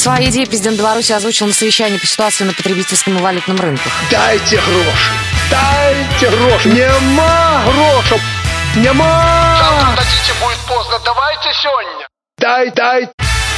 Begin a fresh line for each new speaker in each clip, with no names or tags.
Свои идеи президент Беларуси озвучил на совещании по ситуации на потребительском и валютном рынках.
Дайте гроши! Дайте гроши! Нема грошей! Нема!
Завтра дадите, будет поздно. Давайте сегодня.
Дай!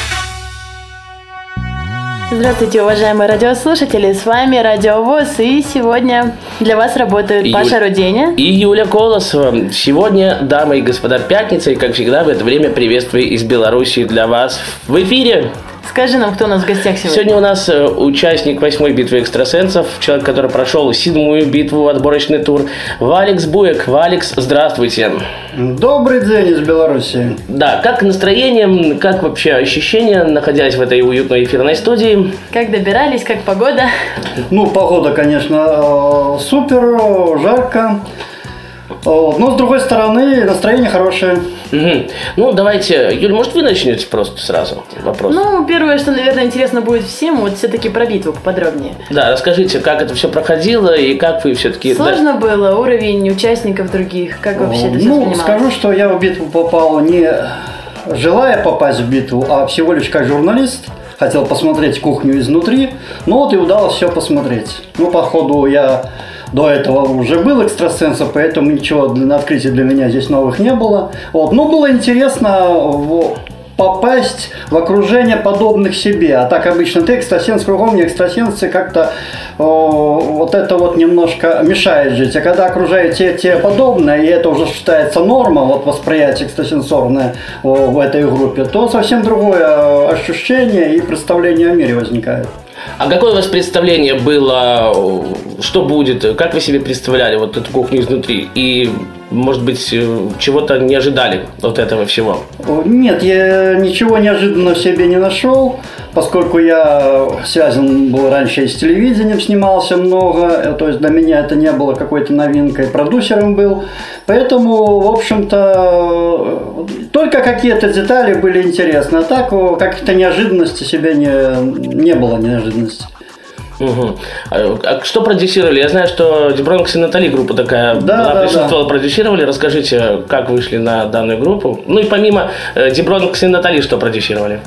Здравствуйте, уважаемые радиослушатели, с вами Радио ВОС, и сегодня для вас работают Паша Руденя
и Юля Колосова. Сегодня, дамы и господа, пятница, и как всегда в это время приветствую из Беларуси для вас в эфире.
Скажи нам, кто у нас в гостях сегодня?
Сегодня у нас участник 8-й битвы экстрасенсов, человек, который прошел 7-ю битву, отборочный тур, Валекс Буек. Валекс, здравствуйте.
Добрый день из Беларуси.
Да, как настроение, как вообще ощущения, находясь в этой уютной эфирной студии?
Как добирались, как погода?
Ну, погода, конечно, супер, жарко. Но, с другой стороны, настроение хорошее.
Угу. Ну, давайте, Юль, может, вы начнете просто сразу вопрос?
Ну, первое, что, наверное, интересно будет всем, вот все-таки про битву поподробнее.
Да, расскажите, как это все проходило и как вы все-таки...
Сложно было? Уровень участников других? Как вообще это все воспринималось?
Скажу, что я в битву попал не желая попасть в битву, а всего лишь как журналист. Хотел посмотреть кухню изнутри, но вот и удалось все посмотреть. Ну, походу, я до этого уже был экстрасенсом, поэтому ничего на открытии для меня здесь новых не было. Вот. Но было интересно попасть в окружение подобных себе. А так обычно ты экстрасенс, кругом не экстрасенсы, как-то вот это вот немножко мешает жить. А когда окружает те подобное, и это уже считается норма, вот восприятие экстрасенсорное в этой группе, то совсем другое ощущение и представление о мире возникает.
А какое у вас представление было, что будет, как вы себе представляли вот эту кухню изнутри? И, может быть, чего-то не ожидали от этого всего?
Нет, я ничего неожиданного в себе не нашел, поскольку я связан был раньше и с телевидением, снимался много, то есть для меня это не было какой-то новинкой, продюсером был. Поэтому, в общем-то, только какие-то детали были интересны, а так каких-то неожиданностей себе не было неожиданностей.
Угу. А что продюсировали? Я знаю, что Дебронкс и Натали группа такая присутствовала, продюсировали. Расскажите, как вышли на данную группу. Ну и помимо Дебронкс и Натали, что продюсировали?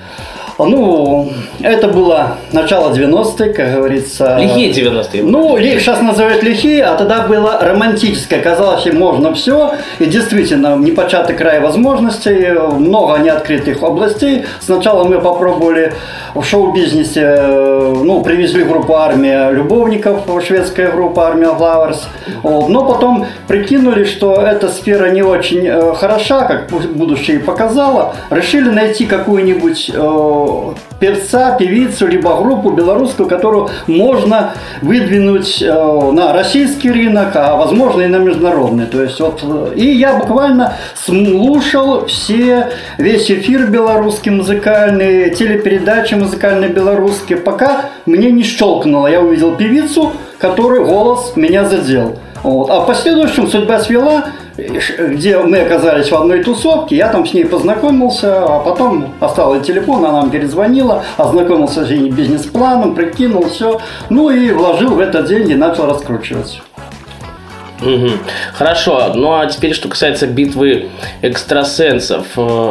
Ну, это было начало 90-х, как говорится.
Лихие 90-е.
Ну, их сейчас называют лихие, а тогда было романтическое. Казалось, им можно все. И действительно, непочатый край возможностей, много неоткрытых областей. Сначала мы попробовали в шоу-бизнесе, привезли группу «Армия любовников», шведская группа «Армия Flowers». Но потом прикинули, что эта сфера не очень хороша, как будущее показало. Решили найти какую-нибудь певца, певицу, либо группу белорусскую, которую можно выдвинуть на российский рынок, а возможно и на международный. То есть и я буквально слушал весь эфир белорусский музыкальный, телепередачи музыкальные белорусские, пока мне не щелкнуло. Я увидел певицу, который голос меня задел. А в последующем судьба свела, где мы оказались в одной тусовке, я там с ней познакомился, а потом оставил телефон, она нам перезвонила, ознакомился с ней бизнес-планом, прикинул все, и вложил в это деньги и начал раскручивать.
Угу. Хорошо, ну а теперь, что касается битвы экстрасенсов,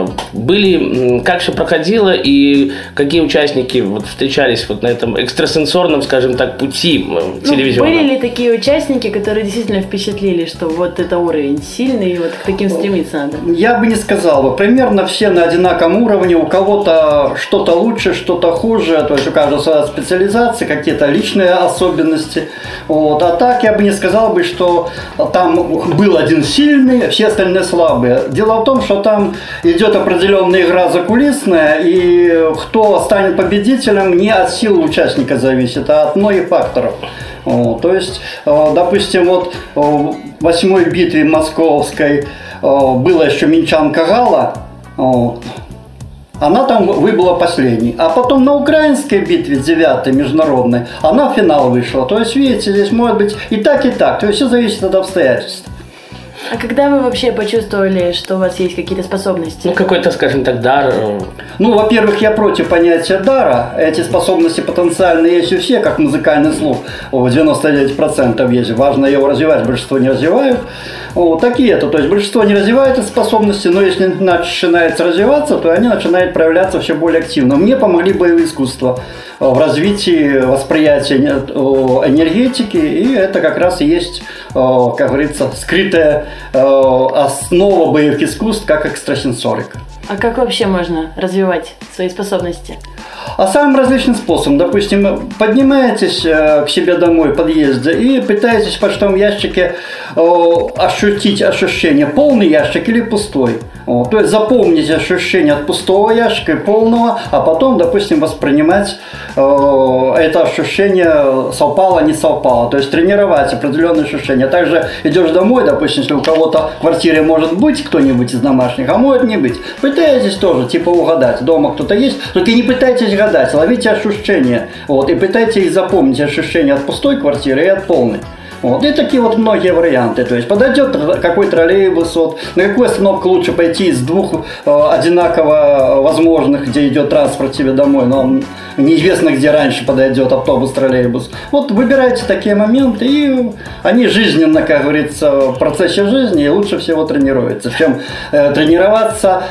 как все проходило и какие участники встречались на этом экстрасенсорном, скажем так, пути телевизионном?
Были ли такие участники, которые действительно впечатлили, что вот это уровень сильный, и вот к таким стремиться надо? Я
бы не сказал. Примерно все на одинаковом уровне, у кого-то что-то лучше, что-то хуже, то есть у каждого своя специализация, какие-то личные особенности. А так я бы не сказал что там был один сильный, все остальные слабые. Дело в том, что там идет определенная игра закулисная, и кто станет победителем, не от силы участника зависит, а от многих факторов. То есть, допустим, в 8-й битве московской была еще минчанка Гала, она там выбыла последней. А потом на украинской битве, 9-й международной, она в финал вышла. То есть, видите, здесь может быть и так, и так. То есть, все зависит от обстоятельств.
А когда вы вообще почувствовали, что у вас есть какие-то способности?
Какой-то, скажем так, дар.
Во-первых, я против понятия дара. Эти способности потенциальные есть у всех, как музыкальный слух. 99% есть. Важно его развивать, большинство не развивают. Вот такие-то. То есть большинство не развивает эти способности, но если начинается развиваться, то они начинают проявляться все более активно. Мне помогли боевые искусства в развитии восприятия энергетики, и это как раз и есть, как говорится, скрытая основа боевых искусств, как экстрасенсорика.
А как вообще можно развивать свои способности?
А самым различным способом, допустим, поднимаетесь к себе домой в подъезде и пытаетесь в почтовом ящике ощутить ощущение, полный ящик или пустой. То есть запомните ощущение от пустого ящика и полного, а потом, допустим, воспринимать это ощущение совпало, не совпало. То есть тренировать определенные ощущения. Также идешь домой, допустим, если у кого-то в квартире может быть кто-нибудь из домашних, а может не быть. Пытаетесь тоже, типа, угадать. Дома кто-то есть, только не пытайтесь гадать, ловите ощущения. И пытайтесь запомнить ощущения от пустой квартиры и от полной. И такие вот многие варианты. То есть подойдет какой троллейбус, на какую остановку лучше пойти из двух одинаково возможных, где идет транспорт тебе домой, но неизвестно, где раньше подойдет автобус, троллейбус. Выбирайте такие моменты, и они жизненно, как говорится, в процессе жизни, и лучше всего тренируются, чем тренироваться,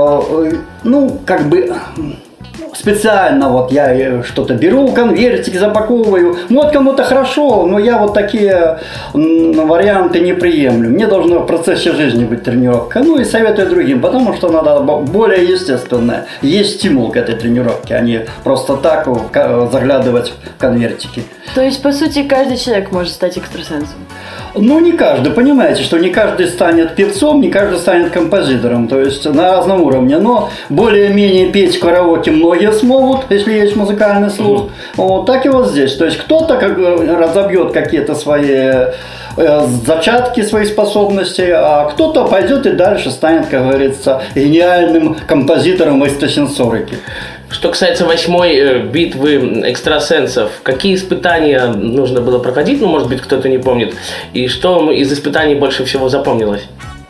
специально я что-то беру, конвертик запаковываю. Кому-то хорошо, но я такие варианты не приемлю. Мне должна в процессе жизни быть тренировка. И советую другим, потому что надо более естественное. Есть стимул к этой тренировке, а не просто так заглядывать в конвертики.
То есть, по сути, каждый человек может стать экстрасенсом?
Не каждый, понимаете, что не каждый станет певцом, не каждый станет композитором, то есть на разном уровне, но более-менее петь в караоке многие смогут, если есть музыкальный слух, так и здесь, то есть кто-то разобьет какие-то свои зачатки, своих способностей, а кто-то пойдет и дальше станет, как говорится, гениальным композитором экстрасенсорики.
Что касается 8-й битвы экстрасенсов, какие испытания нужно было проходить, может быть, кто-то не помнит, и что из испытаний больше всего запомнилось?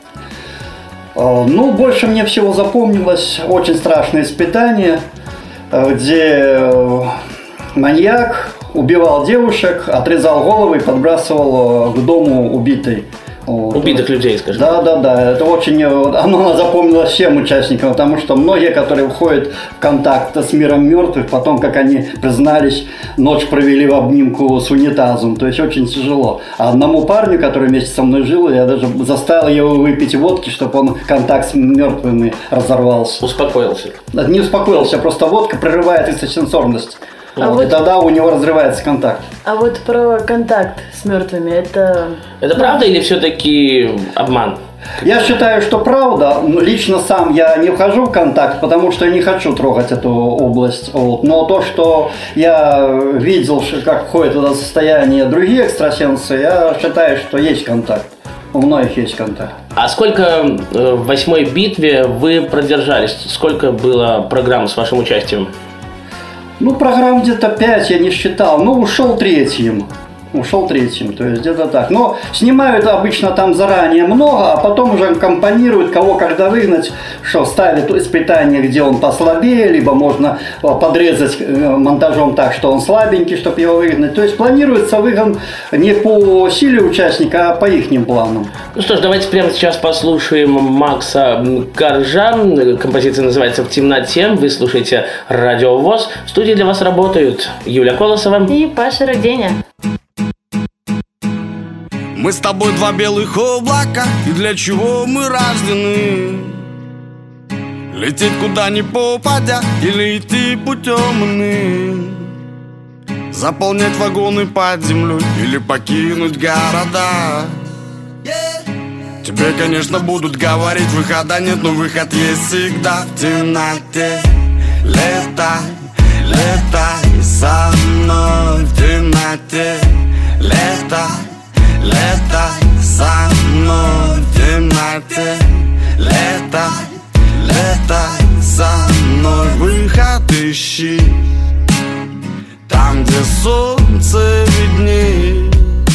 Больше мне всего запомнилось очень страшное испытание, где маньяк убивал девушек, отрезал головы и подбрасывал к дому убитой.
Убитых людей, скажем.
Да. Это очень... Оно запомнилось всем участникам, потому что многие, которые входят в контакт с миром мертвых, потом, как они признались, ночь провели в обнимку с унитазом. То есть очень тяжело. А одному парню, который вместе со мной жил, я даже заставил его выпить водки, чтобы он контакт с мертвыми разорвался.
Успокоился?
Не успокоился, просто водка прерывает экстрасенсорность. И тогда у него разрывается контакт.
А про контакт с мертвыми, это
правда или все-таки обман?
Я считаю, что правда. Лично сам я не вхожу в контакт, потому что я не хочу трогать эту область. Но то, что я видел, как входит в это состояние другие экстрасенсы, я считаю, что есть контакт. У многих есть контакт.
А сколько в 8-й битве вы продержались? Сколько было программ с вашим участием?
Программ где-то 5 я не считал. Ушел третьим, то есть где-то так. Но снимают обычно там заранее много, а потом уже компонируют, кого когда выгнать, что ставят испытания, где он послабее, либо можно подрезать монтажом так, что он слабенький, чтобы его выгнать. То есть планируется выгон не по силе участника, а по ихним планам.
Что ж, давайте прямо сейчас послушаем Макса Коржа. Композиция называется «В темноте». Вы слушаете Радио ВОС. В студии для вас работают Юля Колосова
и Паша Роденя.
Мы с тобой два белых облака, и для чего мы рождены? Лететь куда ни попадя, или идти путем иным? Заполнять вагоны под землей, или покинуть города? Тебе, конечно, будут говорить, выхода нет, но выход есть всегда в темноте. Летай, летай со мной в темноте. Летай, летай со мной в темноте. Летай, летай со мной. Выход ищи там, где солнце виднее.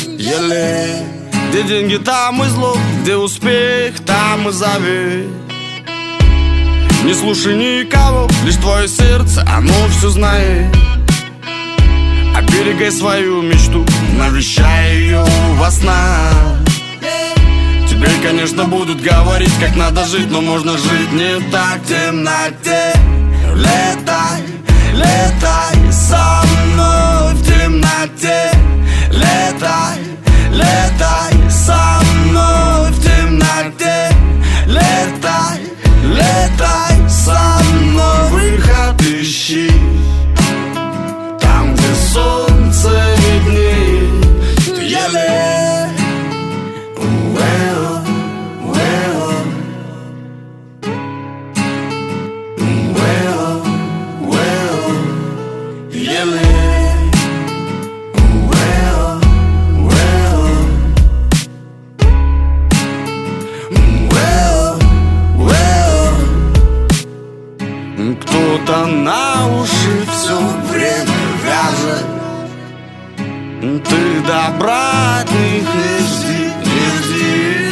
Где деньги, там и зло, где успех, там и завет. Не слушай никого, лишь твое сердце, оно все знает. Оберегай свою мечту, навещай ее во снах. Тебе, конечно, будут говорить, как надо жить, но можно жить не так в темноте. Летай, летай со мной в темноте. Летай, летай со мной в темноте. Летай, летай со мной. Выход ищи там, где солнце виднеет. Еле кто-то на уши все время вяжет. Ты добра от них не жди, не жди.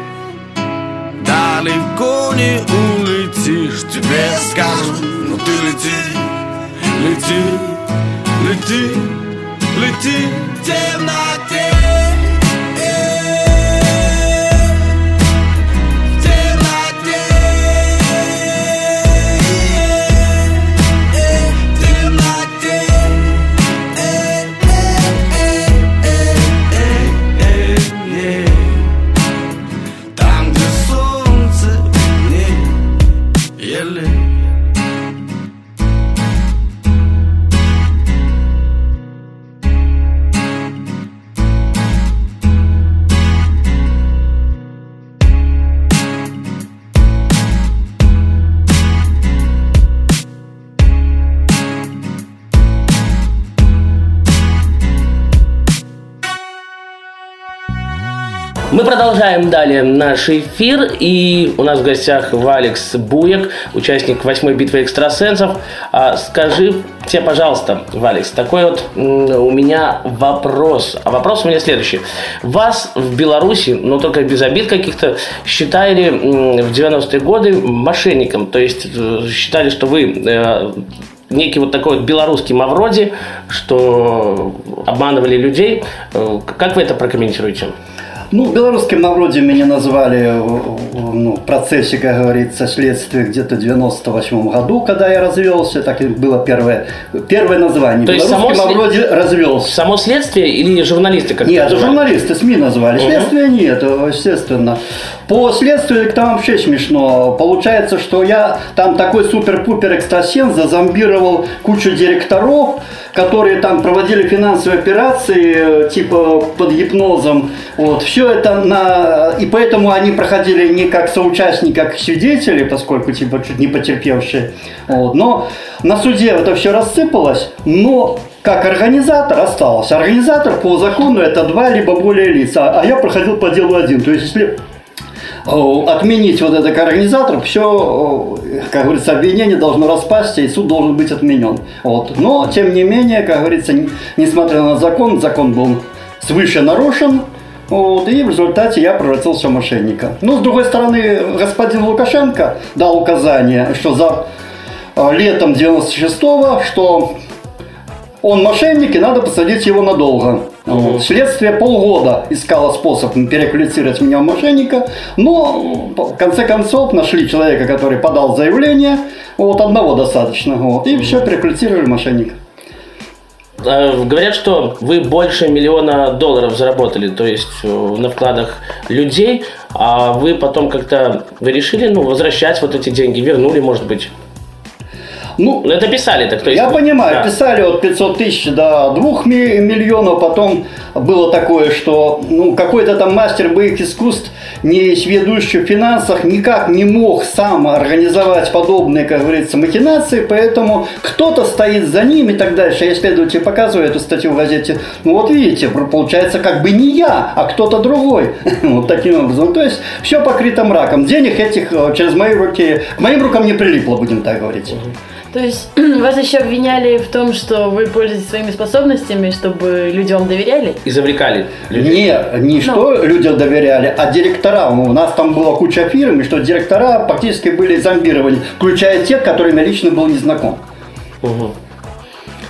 Далеко не улетишь, тебе скажут, но ты лети, лети, лети, лети в темноте.
Мы продолжаем далее наш эфир, и у нас в гостях Валекс Буек, участник 8-й битвы экстрасенсов. Скажите, пожалуйста, Валекс, такой вот у меня вопрос. А вопрос у меня следующий. Вас в Беларуси, но только без обид каких-то, считали в 90-е годы мошенником. То есть считали, что вы некий вот такой вот белорусский Мавроди, что обманывали людей. Как вы это прокомментируете?
Ну, белорусским Мавроди меня назвали в процессе, как говорится, следствия где-то в 98 году, когда я развелся. Так и было первое название. То есть белорусский Мавроди развелся.
Само следствие или журналисты как-то?
Нет, журналисты, СМИ назвали. Следствия нет, естественно. По следствию там вообще смешно. Получается, что я там такой супер-пупер экстрасенс, зазомбировал кучу директоров, которые там проводили финансовые операции, типа под гипнозом. Вот, все это и поэтому они проходили не как соучастники, как свидетели, поскольку типа чуть не потерпевшие. Вот. Но на суде это все рассыпалось, но как организатор остался. Организатор по закону это 2 либо более лица, а я проходил по делу 1. То есть если отменить вот это как организатор, все, как говорится, обвинение должно распасться, и суд должен быть отменен. Вот. Но, тем не менее, как говорится, несмотря на закон был свыше нарушен, вот, и в результате я превратился в мошенника. Но, с другой стороны, господин Лукашенко дал указание, что за летом 96-го, что он мошенник и надо посадить его надолго. Вот. Следствие полгода искало способ переквалифицировать меня в мошенника, но в конце концов нашли человека, который подал заявление, вот одного достаточно, вот, и все, переквалифицировали в мошенника.
Говорят, что вы больше $1 миллиона заработали, то есть на вкладах людей, а вы потом как-то вы решили возвращать вот эти деньги, вернули, может быть? Ну, это писали так, то есть...
Я понимаю, да. Писали от 500 тысяч до 2 миллионов, потом было такое, что какой-то там мастер боевых искусств, не сведущий в финансах, никак не мог сам организовать подобные, как говорится, махинации, поэтому кто-то стоит за ним и так дальше. Я исследователь показываю эту статью в газете, вот видите, получается как бы не я, а кто-то другой. Вот таким образом. То есть все покрыто мраком. Денег этих через мои руки, к моим рукам не прилипло, будем так говорить.
То есть вас еще обвиняли в том, что вы пользуетесь своими способностями, чтобы люди вам доверяли?
И завлекали людей?
Не что людям доверяли, а директорам. У нас там была куча фирм, и что директора практически были зомбированы, включая тех, которыми я лично был не знаком.
Угу.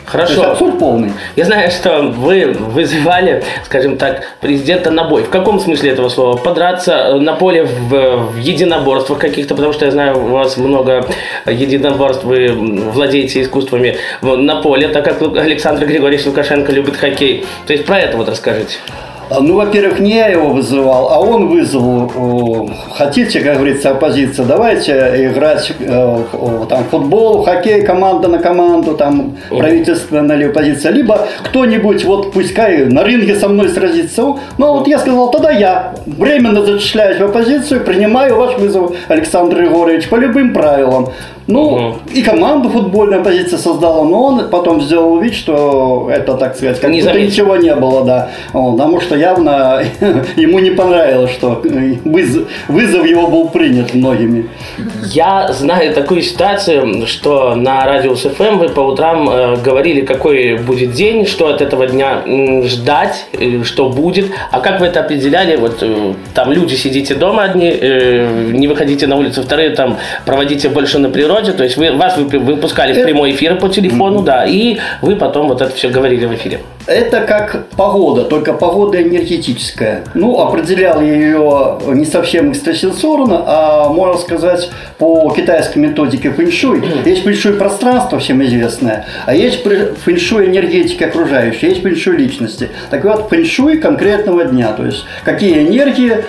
Хорошо.
То есть абсурд полный.
Я знаю, что вы вызывали, скажем так, президента на бой. В каком смысле этого слова? Подраться на поле в единоборствах каких-то, потому что я знаю, у вас много единоборств, вы владеете искусствами на поле, так как Александр Григорьевич Лукашенко любит хоккей. То есть про это вот расскажите.
Ну, во-первых, не я его вызывал, а он вызвал. Хотите, как говорится, оппозиция, давайте играть там, в футбол, хоккей, команда на команду, там, правительственная или оппозиция. Либо кто-нибудь, вот пускай на ринге со мной сразится. Ну, вот я сказал, тогда я временно зачисляюсь в оппозицию, принимаю ваш вызов, Александр Григорьевич, по любым правилам. Ну, и команду футбольную оппозиция создала, но он потом сделал вид, что это, так сказать, как будто ничего не было, да. Потому что явно ему не понравилось, что вызов его был принят многими.
Я знаю такую ситуацию, что на радио СФМ вы по утрам говорили, какой будет день, что от этого дня ждать, что будет. А как вы это определяли? Вот там люди сидите дома одни, не выходите на улицу, вторые там проводите больше на природе. То есть вас выпускали в прямой эфир по телефону, да, и вы потом вот это все говорили в эфире.
Это как погода, только погода энергетическая. Ну, определял я ее не совсем экстрасенсорно, а, можно сказать, по китайской методике фэншуй. Есть фэншуй пространство, всем известное, а есть фэншуй энергетики окружающей, есть фэншуй личности. Так вот, фэншуй конкретного дня, то есть какие энергии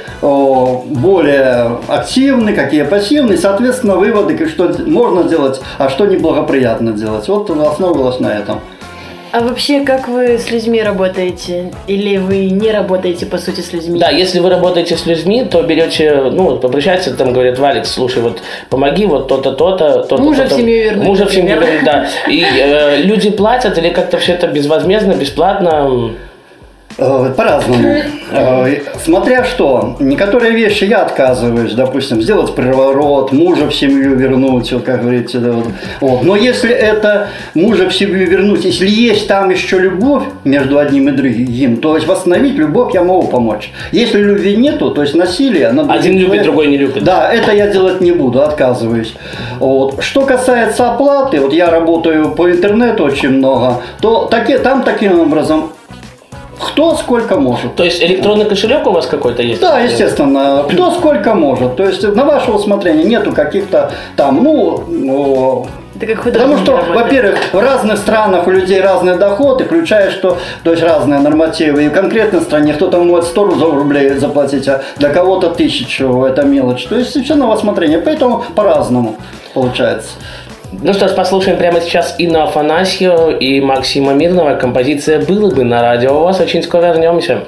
более активны, какие пассивны, соответственно, выводы, что можно делать, а что неблагоприятно делать. Вот основывалось на этом.
А вообще, как вы с людьми работаете? Или вы не работаете, по сути, с людьми?
Да, если вы работаете с людьми, то берете, ну, попрощаться, там говорят, Валик, слушай, вот помоги, вот то-то, то-то, то-то.
Мужа в семью вернуть.
Мужа в семью вернуть, да. И люди платят или как-то все это безвозмездно, бесплатно?
По-разному. Смотря что. Некоторые вещи я отказываюсь, допустим, сделать приворот, мужа в семью вернуть, вот как говорится. Да, вот. Но если это мужа в семью вернуть, если есть там еще любовь между одним и другим, то есть восстановить любовь я могу помочь. Если любви нету, то есть насилие...
Один любит, другой не любит.
Да, это я делать не буду, отказываюсь. Вот. Что касается оплаты, вот я работаю по интернету очень много, то там таким образом... Кто сколько может.
То есть электронный кошелек у вас какой-то есть?
Да, естественно. Кто сколько может. То есть на ваше усмотрение нету каких-то там, потому что, во-первых, в разных странах у людей разный доход, и включая, что, то есть разные нормативы. И в конкретной стране кто-то может 100 рублей заплатить, а для кого-то 1000, это мелочь. То есть все на ваше усмотрение. Поэтому по-разному получается.
Ну что ж, послушаем прямо сейчас Инну Афанасьеву и Максима Мирного. Композиция «Было бы» на радио ВОС. Очень скоро вернемся.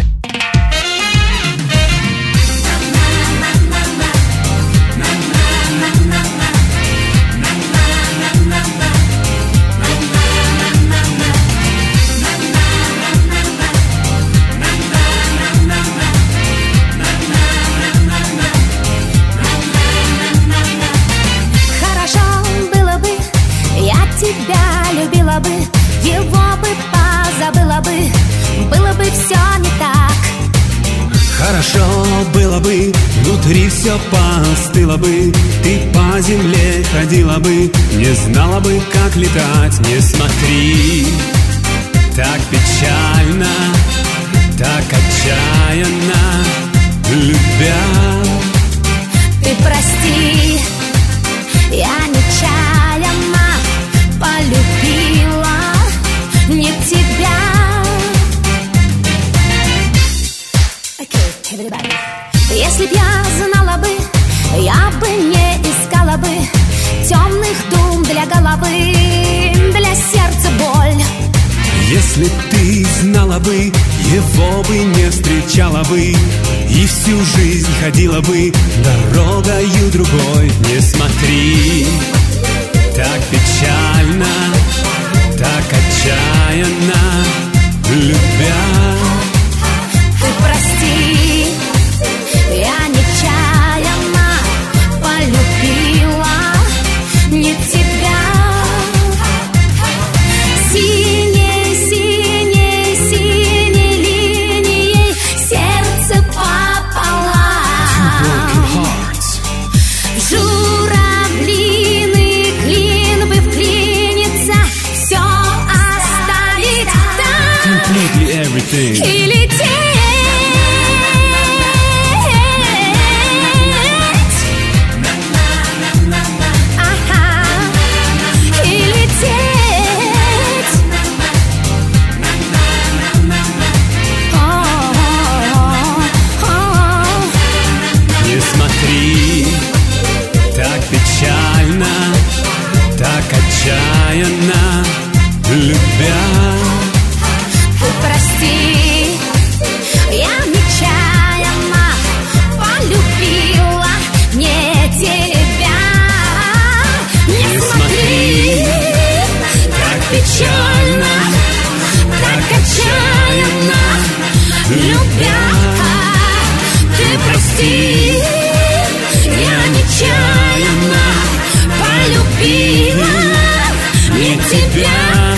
Хорошо было бы, внутри все поостыло бы, ты по земле ходила бы, не знала бы, как летать. Не смотри, так печально, так отчаянно, любя.
Ты прости, я нечаянно полюбила не тебя. Если б я знала бы, я бы не искала бы темных дум для головы, для сердца боль.
Если б ты знала бы, его бы не встречала бы, и всю жизнь ходила бы дорогою другой. Не смотри, так печально, так отчаянно, любя.
Ты прости, я нечаянно полюбила не тебя. Синей, синей, синей линией сердце пополам. В журавлиный клин бы вклиниться
absolutely everything.
И лететь.
Так печально, так отчаянно, любя.
Ты прости, я нечаянно полюбила не тебя. Не смотри, так печально, так отчаянно, любя. Ты прости, я нечаянно полюбила не тебя.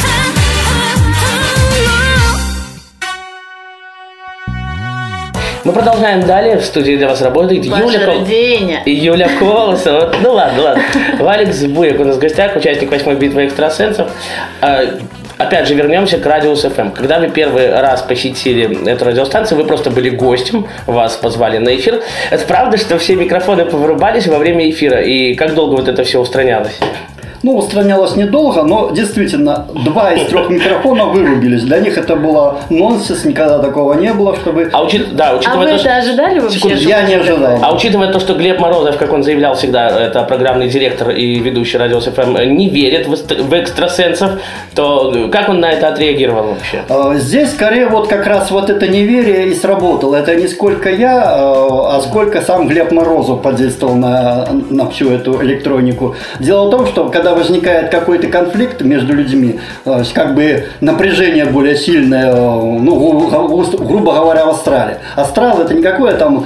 Мы продолжаем далее. В студии для вас работает Юля Колосова. Ну ладно. Валик Збуек у нас в гостях, участник 8-й битвы экстрасенсов. Опять же, вернемся к Радиус ФМ. Когда вы первый раз посетили эту радиостанцию, вы просто были гостем, вас позвали на эфир. Это правда, что все микрофоны повырубались во время эфира? И как долго вот это все устранялось?
Ну, устранялось недолго, но действительно 2 из 3 микрофонов вырубились. Для них это было нонсенс, никогда такого не было, чтобы...
А вы это ожидали вообще?
Я не ожидал.
А учитывая то, что Глеб Морозов, как он заявлял всегда, это программный директор и ведущий Радиус ФМ, не верит в экстрасенсов, то как он на это отреагировал вообще?
Здесь скорее вот как раз вот это неверие и сработало. Это не сколько я, а сколько сам Глеб Морозов подействовал на всю эту электронику. Дело в том, что когда возникает какой-то конфликт между людьми, как бы напряжение более сильное, ну, грубо говоря, в астрале. Астрал — это не какое там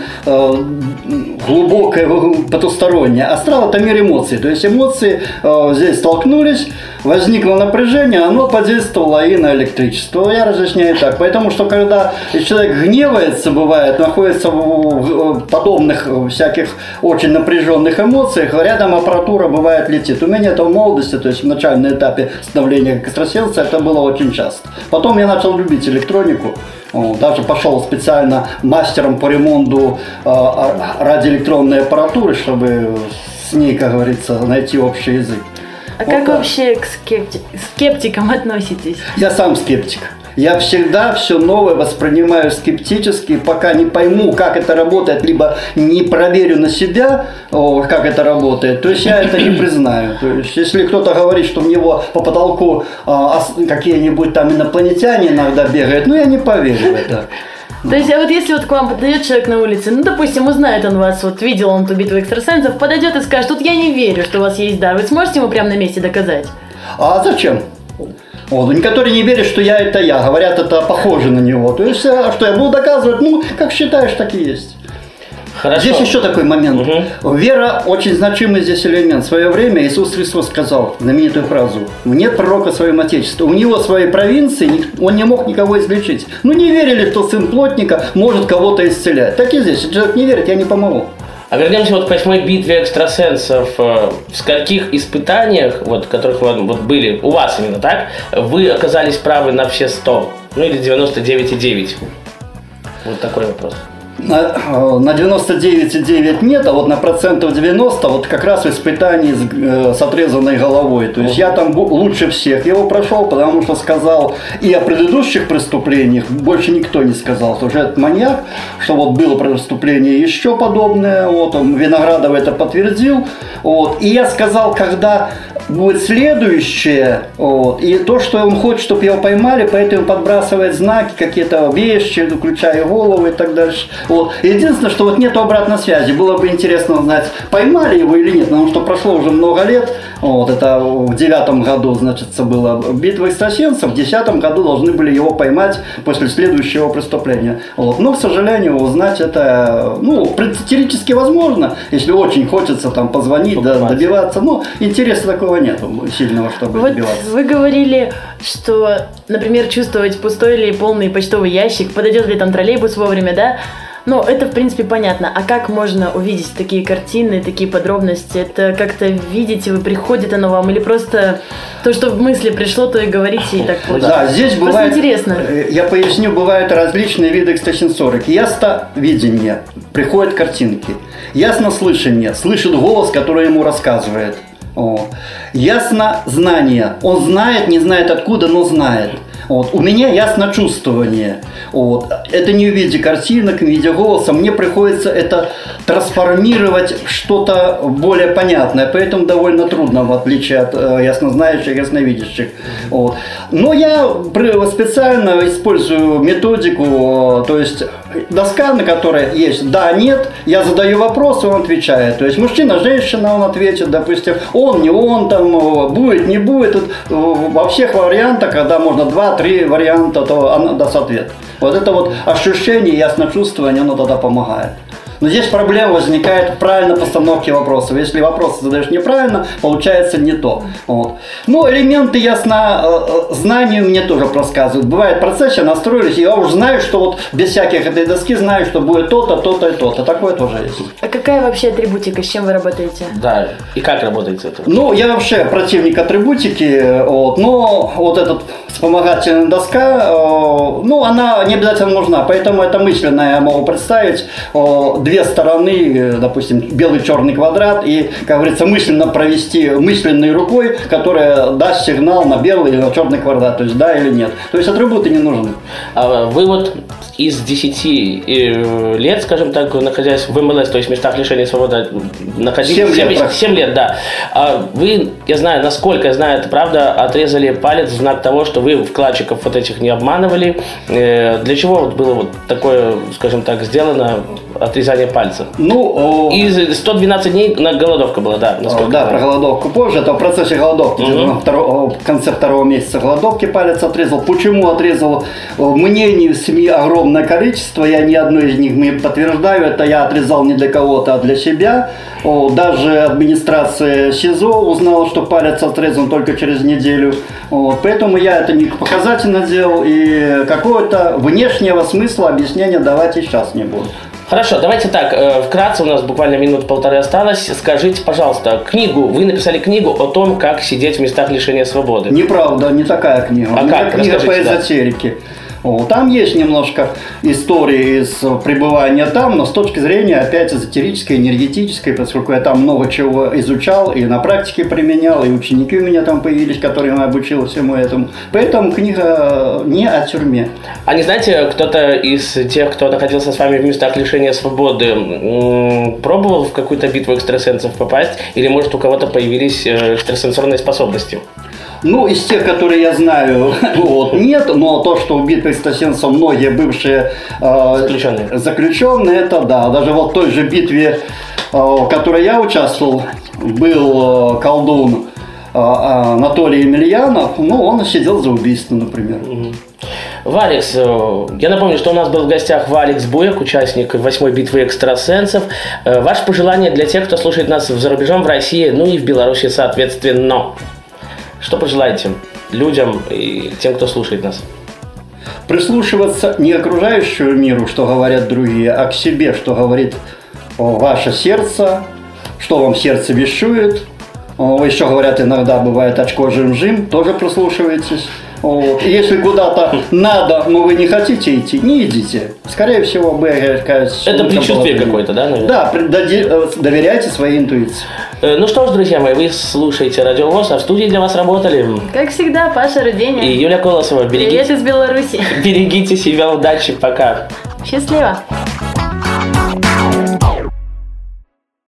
глубокое, потустороннее. Астрал — это мир эмоций. То есть эмоции здесь столкнулись, возникло напряжение, оно подействовало и на электричество. Я разъясняю так. Потому что когда человек гневается, бывает, находится в подобных всяких очень напряженных эмоциях, рядом аппаратура бывает летит. У меня это в молодости, то есть в начальном этапе становления экстрасенса, это было очень часто. Потом я начал любить электронику. Даже пошел специально мастером по ремонту радиоэлектронной аппаратуры, чтобы с ней, как говорится, найти общий язык.
А как вообще к скептикам относитесь? Я
сам скептик. Я всегда все новое воспринимаю скептически, пока не пойму, как это работает, либо не проверю на себя, как это работает, то есть я это не признаю. То есть если кто-то говорит, что у него по потолку какие-нибудь там инопланетяне иногда бегают, я не поверю в это.
То есть, а вот если вот к вам подойдет человек на улице, ну, допустим, узнает он вас, вот видел он ту битву экстрасенсов, подойдет и скажет, тут я не верю, что у вас есть дар, вы сможете ему прямо на месте доказать?
А зачем? Некоторые не верят, что это я, говорят, это похоже на него. То есть, что я буду доказывать? Как считаешь, так и есть.
Хорошо.
Здесь еще такой момент. Вера очень значимый здесь элемент. В свое время Иисус Христос сказал знаменитую фразу: «Нет пророка в своем отечестве». У него своей провинции он не мог никого излечить. Не верили, что сын плотника может кого-то исцелять. Так и здесь. Если человек не верит, я не помогу.
А вернемся к 8-й битве экстрасенсов. В скольких испытаниях, которых были у вас именно так, вы оказались правы на все 100? Или 99,9? Вот такой вопрос.
На 99,9 нет, а на процентов 90 как раз в испытании с отрезанной головой. То есть я там лучше всех его прошел, потому что сказал и о предыдущих преступлениях, больше никто не сказал, что этот маньяк, что было преступление еще подобное, Виноградов это подтвердил. И я сказал, когда будет следующее, и то, что он хочет, чтобы его поймали, поэтому подбрасывает знаки, какие-то вещи, включая голову и так дальше. Единственное, что нету обратной связи. Было бы интересно узнать, поймали его или нет, потому что прошло уже много лет. Это в 9 году, была битва экстрасенсов, в 10 году должны были его поймать после следующего преступления. Но, к сожалению, узнать это, теоретически возможно, если очень хочется позвонить, добиваться. Интереса такого нет сильного, чтобы добиваться.
Вы говорили, что, например, чувствовать пустой или полный почтовый ящик, подойдет ли там троллейбус вовремя, да? Ну, это, в принципе, понятно. А как можно увидеть такие картины, такие подробности? Это как-то видите, вы приходит оно вам? Или просто то, что в мысли пришло, то и говорите, и так получится?
Да, здесь
просто
бывает,
интересно.
Я поясню, бывают различные виды экстрасенсорики. Ясновидение, приходят картинки. Яснослышание, слышит голос, который ему рассказывает. Яснознание, он знает, не знает откуда, но знает. У меня ясночувствование. Это не в виде картинок, не в виде голоса. Мне приходится это трансформировать в что-то более понятное. Поэтому довольно трудно, в отличие от яснознающих, ясновидящих. Но я специально использую методику, то есть доска, на которой есть да, нет, я задаю вопрос, и он отвечает. То есть мужчина, женщина, он ответит, допустим, он, не он, там, будет, не будет. Во всех вариантах, когда можно 2-3 варианта, то она даст ответ. Вот это вот ощущение, ясночувствование, оно тогда помогает. Но здесь проблема возникает в правильной постановке вопросов. Если вопрос задаешь неправильно, получается не то. Ну, элементы яснознания мне тоже рассказывают. Бывает в процессе настроились, и я уже знаю, что вот без всяких этой доски знаю, что будет то-то, то-то и то-то. Такое тоже есть.
А какая вообще атрибутика, с чем вы работаете?
Да, и как работаете это?
Ну, я вообще противник атрибутики, но вот эта вспомогательная доска, ну, она не обязательно нужна, поэтому это мысленно я могу представить две стороны, допустим, белый-черный квадрат, и, как говорится, мысленно провести мысленной рукой, которая даст сигнал на белый или на черный квадрат, то есть да или нет. То есть атрибуты не нужны.
А вы вот из 10 лет, скажем так, находясь в МЛС, то есть в местах лишения свободы, находились 7 лет, да. А вы, я знаю, насколько я знаю, это правда, отрезали палец в знак того, что вы вкладчиков вот этих не обманывали. Для чего вот было вот такое, скажем так, сделано отрезание пальца?
Ну,
и 112 дней на голодовка была, да.
Да, про голодовку позже, это в процессе голодовки. В конце второго месяца голодовки палец отрезал. Почему отрезал? Мнений в СМИ огромное количество, я ни одно из них не подтверждаю, это я отрезал не для кого-то, а для себя. Даже администрация СИЗО узнала, что палец отрезан только через неделю. Поэтому я это не показательно делал, и какого-то внешнего смысла объяснения давать и сейчас не буду.
Хорошо, давайте так, вкратце, у нас буквально минут-полторы осталось. Скажите, пожалуйста, вы написали книгу о том, как сидеть в местах лишения свободы.
Неправда, не такая книга.
А как?
Книга по эзотерике. Там есть немножко истории из пребывания там, но с точки зрения опять эзотерической, энергетической, поскольку я там много чего изучал и на практике применял, и ученики у меня там появились, которым я обучил всему этому. Поэтому книга не о тюрьме. А
не знаете, кто-то из тех, кто находился с вами в местах лишения свободы, пробовал в какую-то битву экстрасенсов попасть? Или, может, у кого-то появились экстрасенсорные способности?
Ну, из тех, которые я знаю, нет, но то, что в битве экстрасенсов многие бывшие заключенные, это да. Даже вот в той же битве, в которой я участвовал, был колдун Анатолий Емельянов, он сидел за убийство, например.
Валекс, я напомню, что у нас был в гостях Валекс Буек, участник 8-й битвы экстрасенсов. Ваше пожелание для тех, кто слушает нас за рубежом, в России, ну и в Беларуси соответственно. Что пожелаете людям и тем, кто слушает нас?
Прислушиваться не к окружающему миру, что говорят другие, а к себе, что говорит ваше сердце, что вам сердце вещует. Еще говорят, иногда бывает очко жим-жим, тоже прислушивайтесь. Если куда-то надо, но вы не хотите идти, не идите. Скорее всего, будет
это предчувствие какое-то, да, наверное?
Да, доверяйте своей интуиции.
Ну что ж, друзья мои, вы слушаете Радио ВОС, а в студии для вас работали...
Как всегда, Паша Руденя.
И Юля Колосова.
Привет из Беларуси.
Берегите себя, удачи, пока.
Счастливо.